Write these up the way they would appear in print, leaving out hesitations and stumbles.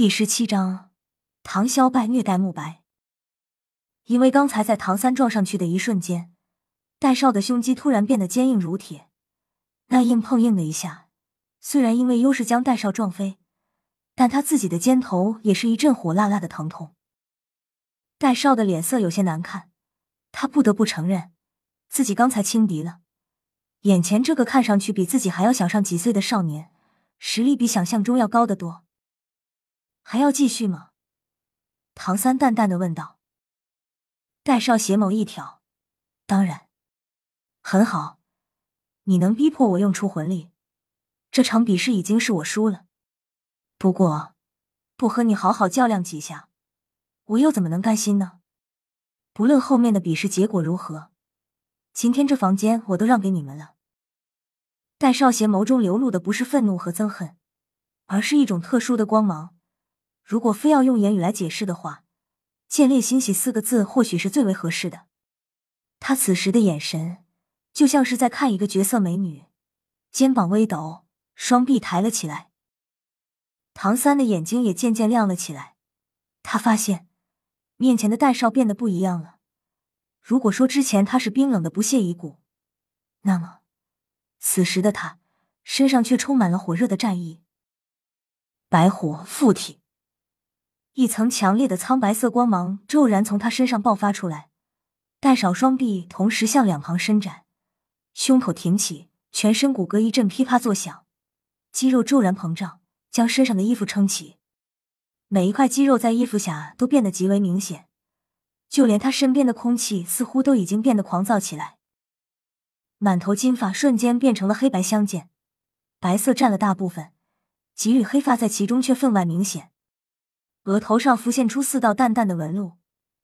第17章，唐萧败虐待慕白。因为刚才在唐三撞上去的一瞬间，戴少的胸肌突然变得坚硬如铁，那硬碰硬的一下，虽然因为优势将戴少撞飞，但他自己的肩头也是一阵火辣辣的疼痛。戴少的脸色有些难看，他不得不承认，自己刚才轻敌了。眼前这个看上去比自己还要小上几岁的少年，实力比想象中要高得多。还要继续吗？唐三淡淡的问道。戴少斜眸一挑，当然。很好，你能逼迫我用出魂力，这场比试已经是我输了。不过，不和你好好较量几下，我又怎么能甘心呢？不论后面的比试结果如何，今天这房间我都让给你们了。戴少斜眸中流露的不是愤怒和憎恨，而是一种特殊的光芒。如果非要用言语来解释的话，见猎欣喜4个字或许是最为合适的。他此时的眼神就像是在看一个绝色美女，肩膀微抖，双臂抬了起来。唐三的眼睛也渐渐亮了起来，他发现面前的戴少变得不一样了。如果说之前他是冰冷的不屑一顾，那么此时的他身上却充满了火热的战意。白虎附体，一层强烈的苍白色光芒骤然从他身上爆发出来，戴少双臂同时向两旁伸展，胸口挺起，全身骨骼一阵噼啪作响，肌肉骤然膨胀，将身上的衣服撑起。每一块肌肉在衣服下都变得极为明显，就连他身边的空气似乎都已经变得狂躁起来。满头金发瞬间变成了黑白相间，白色占了大部分，几缕黑发在其中却分外明显。额头上浮现出4道淡淡的纹路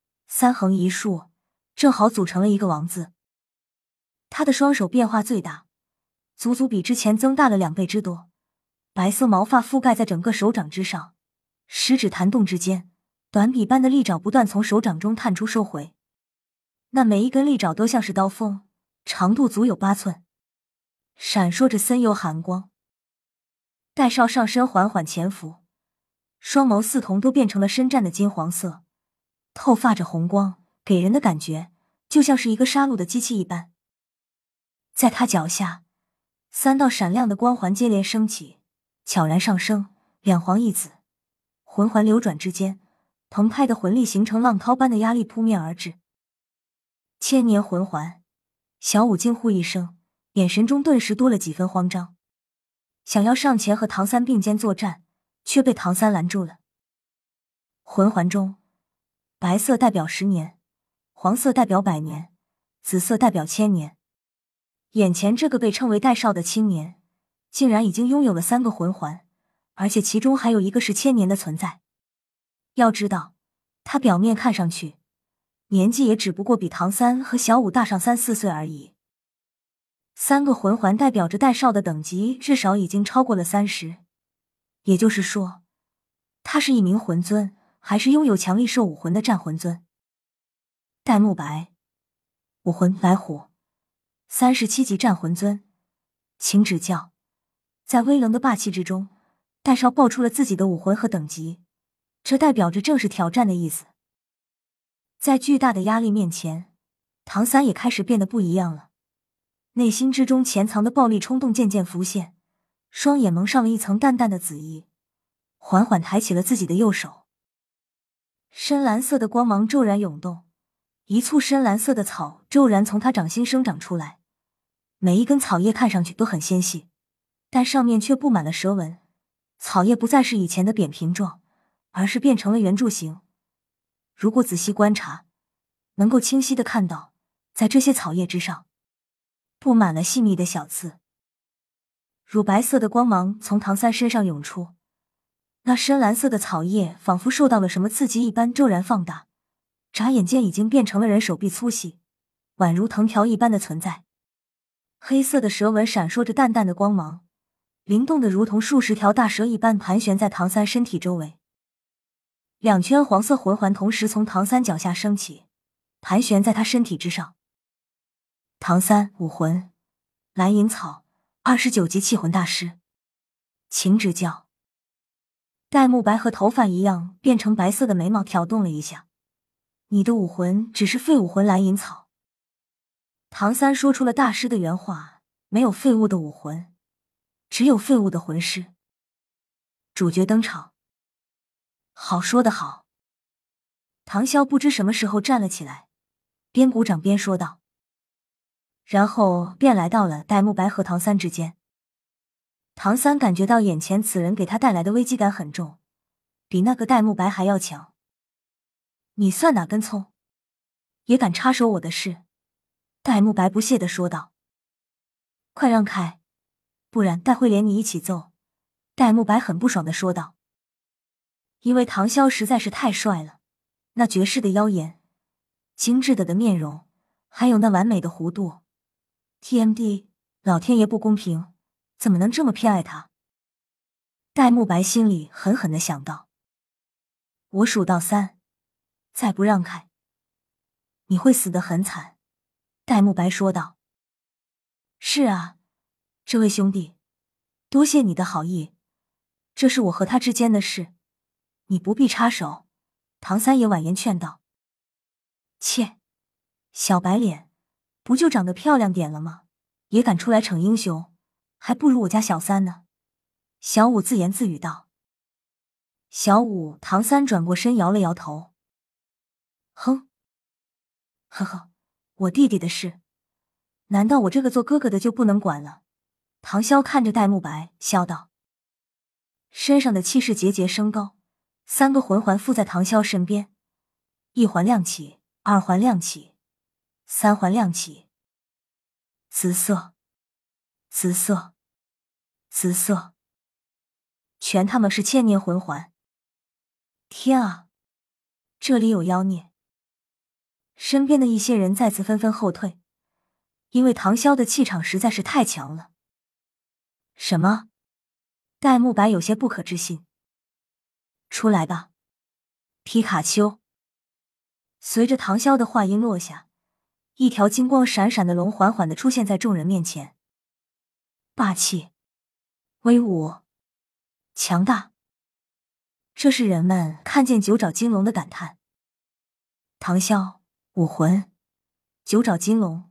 ，3横1竖，正好组成了一个王字。他的双手变化最大，足足比之前增大了2倍之多，白色毛发覆盖在整个手掌之上，食指弹动之间，短笔般的利爪不断从手掌中探出收回，那每一根利爪都像是刀锋，长度足有8寸，闪烁着森幽寒光。戴少上身缓缓潜伏，双眸似瞳都变成了深湛的金黄色，透发着红光，给人的感觉就像是一个杀戮的机器一般。在他脚下，3道闪亮的光环接连升起，悄然上升，两黄一紫，魂环流转之间，澎湃的魂力形成浪涛般的压力扑面而至。千年魂环，小舞惊呼一声，眼神中顿时多了几分慌张，想要上前和唐三并肩作战，却被唐三拦住了。魂环中，白色代表10年，黄色代表100年，紫色代表1000年。眼前这个被称为戴少的青年，竟然已经拥有了3个魂环，而且其中还有一个是1000年的存在。要知道，他表面看上去年纪也只不过比唐三和小舞大上3、4岁而已。3个魂环代表着戴少的等级至少已经超过了30，也就是说，他是一名魂尊，还是拥有强力兽武魂的战魂尊。戴沐白，武魂白虎，37级战魂尊，请指教。在威能的霸气之中，戴少爆出了自己的武魂和等级，这代表着正是挑战的意思。在巨大的压力面前，唐三也开始变得不一样了，内心之中潜藏的暴力冲动渐渐浮现，双眼蒙上了一层淡淡的紫意，缓缓抬起了自己的右手。深蓝色的光芒骤然涌动，一簇深蓝色的草骤然从他掌心生长出来，每一根草叶看上去都很纤细，但上面却布满了蛇纹，草叶不再是以前的扁平状，而是变成了圆柱形。如果仔细观察，能够清晰地看到，在这些草叶之上布满了细密的小刺。乳白色的光芒从唐三身上涌出，那深蓝色的草叶仿佛受到了什么刺激一般骤然放大，眨眼间已经变成了人手臂粗细，宛如藤条一般的存在。黑色的蛇纹闪烁着淡淡的光芒，灵动的如同数十条大蛇一般盘旋在唐三身体周围。2圈黄色魂环同时从唐三脚下升起，盘旋在他身体之上。唐三武魂蓝银草，29级气魂大师，请指教。 戴沐白和头发一样变成白色的眉毛挑动了一下。你的武魂只是废武魂蓝银草。唐三说出了大师的原话，没有废物的武魂，只有废物的魂师。主角登场。好说得好。唐潇不知什么时候站了起来，边鼓掌边说道，然后便来到了戴沐白和唐三之间。唐三感觉到眼前此人给他带来的危机感很重，比那个戴沐白还要强。你算哪根葱，也敢插手我的事？戴沐白不屑地说道。快让开，不然待会连你一起揍。戴沐白很不爽地说道。因为唐潇实在是太帅了，那绝世的妖颜，精致的面容，还有那完美的弧度。TMD， 老天爷不公平，怎么能这么偏爱他？戴沐白心里狠狠地想到。我数到3，再不让开，你会死得很惨。戴沐白说道。是啊，这位兄弟，多谢你的好意，这是我和他之间的事，你不必插手。唐三也婉言劝道。切，小白脸，不就长得漂亮点了吗？也敢出来逞英雄，还不如我家小三呢。小五自言自语道。小五，唐三转过身摇了摇头。哼，呵呵，我弟弟的事，难道我这个做哥哥的就不能管了？唐潇看着戴沐白笑道。身上的气势节节升高，3个魂环附在唐潇身边，1环亮起，2环亮起，3环亮起。紫色，紫色，紫色，全他妈是千年魂环。天啊，这里有妖孽！身边的一些人再次纷纷后退，因为唐潇的气场实在是太强了。什么？戴沐白有些不可置信。出来吧，皮卡丘！随着唐潇的话音落下，一条金光闪闪的龙缓缓地出现在众人面前。霸气，威武，强大，这是人们看见九爪金龙的感叹。唐潇，武魂，九爪金龙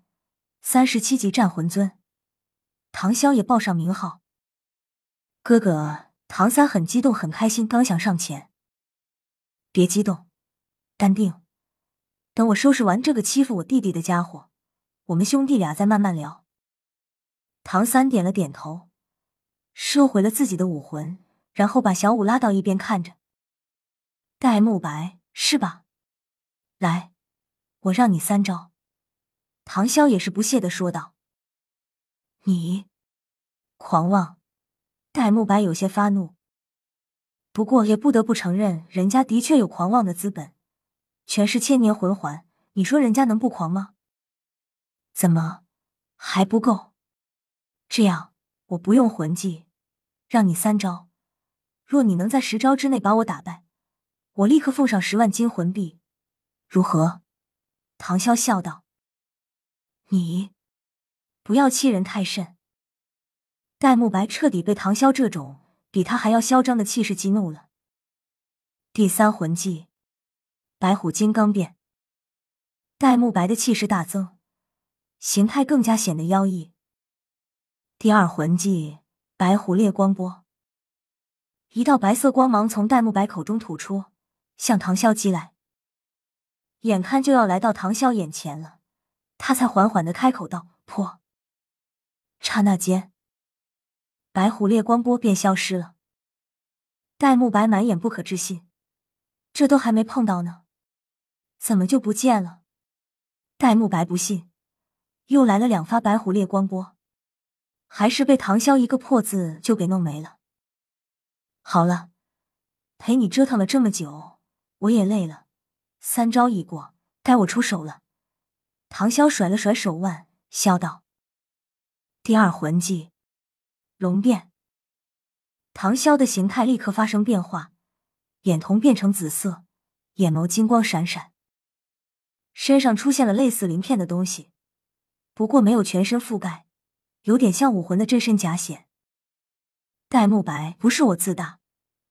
，37级战魂尊。唐潇也报上名号。哥哥，唐三很激动很开心，刚想上前。别激动，淡定，等我收拾完这个欺负我弟弟的家伙，我们兄弟俩再慢慢聊。唐三点了点头，收回了自己的武魂，然后把小五拉到一边看着。戴沐白，是吧？来，我让你3招。唐潇也是不屑地说道。你狂妄！戴沐白有些发怒，不过也不得不承认，人家的确有狂妄的资本，全是千年魂环，你说人家能不狂吗？怎么还不够？这样，我不用魂技，让你3招。若你能在10招之内把我打败，我立刻奉上10万金魂币，如何？唐潇笑道。你不要欺人太甚。戴沐白彻底被唐潇这种比他还要嚣张的气势激怒了。第3魂技，白虎金刚变。戴沐白的气势大增，形态更加显得妖异。第2魂技，白虎烈光波。一道白色光芒从戴沐白口中吐出，向唐潇击来。眼看就要来到唐潇眼前了，他才缓缓地开口道：破。刹那间，白虎烈光波便消失了。戴沐白满眼不可置信，这都还没碰到呢，怎么就不见了？戴沐白不信，又来了2发白虎烈光波，还是被唐潇一个破字就给弄没了。好了，陪你折腾了这么久，我也累了，3招已过，该我出手了。唐潇甩了甩手腕，笑道。第2魂技，龙变。唐潇的形态立刻发生变化，眼瞳变成紫色，眼眸金光闪闪，身上出现了类似鳞片的东西，不过没有全身覆盖，有点像武魂的真身假显。戴沐白，不是我自大，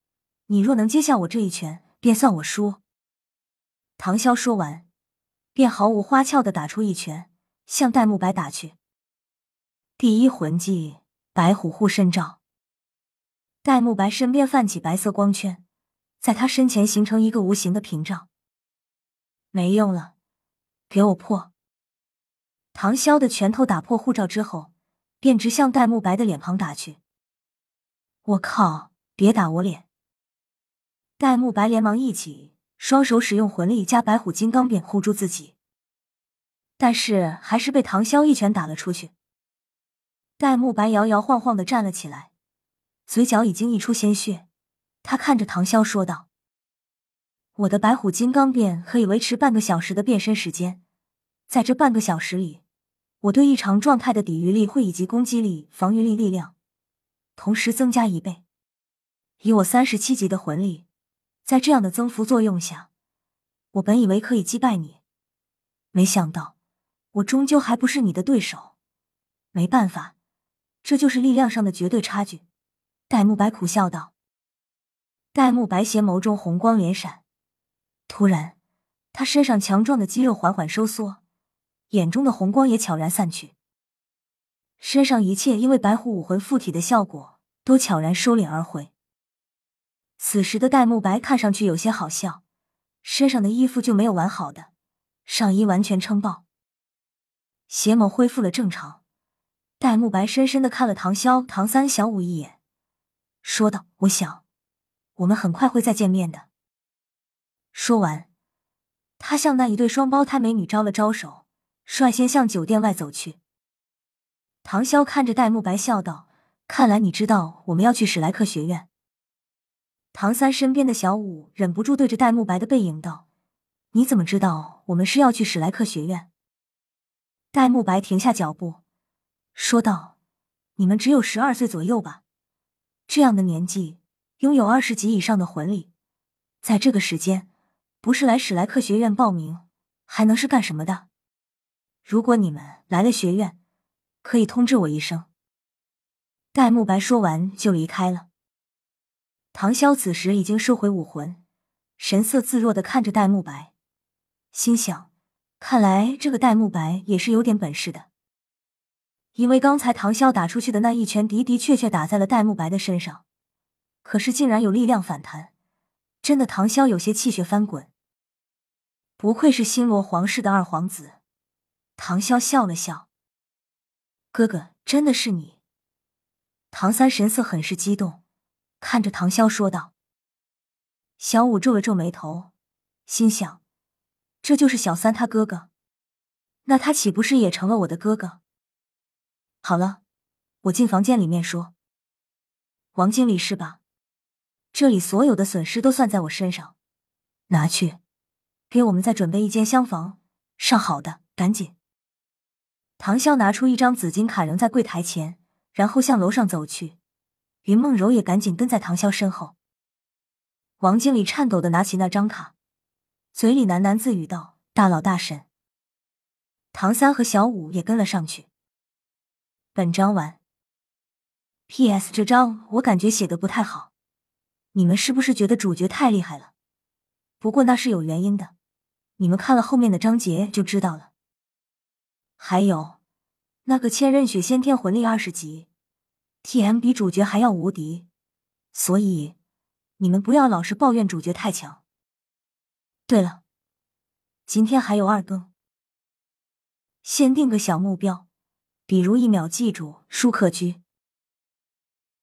你若能接下我这一拳，便算我输。唐潇说完，便毫无花俏地打出一拳，向戴沐白打去。第一魂技，白虎护身罩。戴沐白身边泛起白色光圈，在他身前形成一个无形的屏障。没用了，给我破！唐潇的拳头打破护罩之后，便直向戴沐白的脸庞打去。我靠，别打我脸！戴沐白连忙一起，双手使用魂力加白虎金刚鞭护住自己，但是还是被唐潇一拳打了出去。戴沐白摇摇晃晃地站了起来，嘴角已经溢出鲜血。他看着唐潇说道：我的白虎金刚鞭可以维持半个小时的变身时间，在这半个小时里，我对异常状态的抵御力会以及攻击力、防御力、力量同时增加1倍。以我37级的魂力，在这样的增幅作用下，我本以为可以击败你，没想到我终究还不是你的对手。没办法，这就是力量上的绝对差距。戴沐白苦笑道。戴沐白斜眸中红光连闪，突然他身上强壮的肌肉缓缓收缩，眼中的红光也悄然散去，身上一切因为白虎武魂附体的效果都悄然收敛而回。此时的戴沐白看上去有些好笑，身上的衣服就没有完好的，上衣完全撑爆。邪眸恢复了正常，戴沐白深深地看了唐潇、唐三、小舞一眼，说道：我想我们很快会再见面的。说完，他向那一对双胞胎美女招了招手，率先向酒店外走去。唐潇看着戴沐白笑道：看来你知道我们要去史莱克学院。唐三身边的小舞忍不住对着戴沐白的背影道：你怎么知道我们是要去史莱克学院？戴沐白停下脚步，说道：你们只有12岁左右吧？这样的年纪，拥有20级以上的魂力，在这个时间，不是来史莱克学院报名，还能是干什么的？如果你们来了学院，可以通知我一声。戴沐白说完就离开了。唐潇此时已经收回武魂，神色自若地看着戴沐白，心想，看来这个戴沐白也是有点本事的。因为刚才唐潇打出去的那一拳的确打在了戴沐白的身上，可是竟然有力量反弹，真的唐潇有些气血翻滚。不愧是星罗皇室的二皇子。唐潇笑了笑。哥哥，真的是你？唐三神色很是激动，看着唐潇说道。小舞皱了皱眉头，心想，这就是小三他哥哥，那他岂不是也成了我的哥哥？好了，我进房间里面说。王经理是吧？这里所有的损失都算在我身上，拿去，给我们再准备一间厢房，上好的，赶紧。唐潇拿出一张紫金卡扔在柜台前，然后向楼上走去。云梦柔也赶紧跟在唐潇身后。王经理颤抖地拿起那张卡，嘴里喃喃自语道：大佬大神。唐三和小舞也跟了上去。本章完。PS 这章我感觉写的不太好，你们是不是觉得主角太厉害了？不过那是有原因的，你们看了后面的章节就知道了。还有，那个千仞雪先天魂力20级 ，TM 比主角还要无敌，所以你们不要老是抱怨主角太强。对了，今天还有2更，先定个小目标，比如1秒记住舒克居。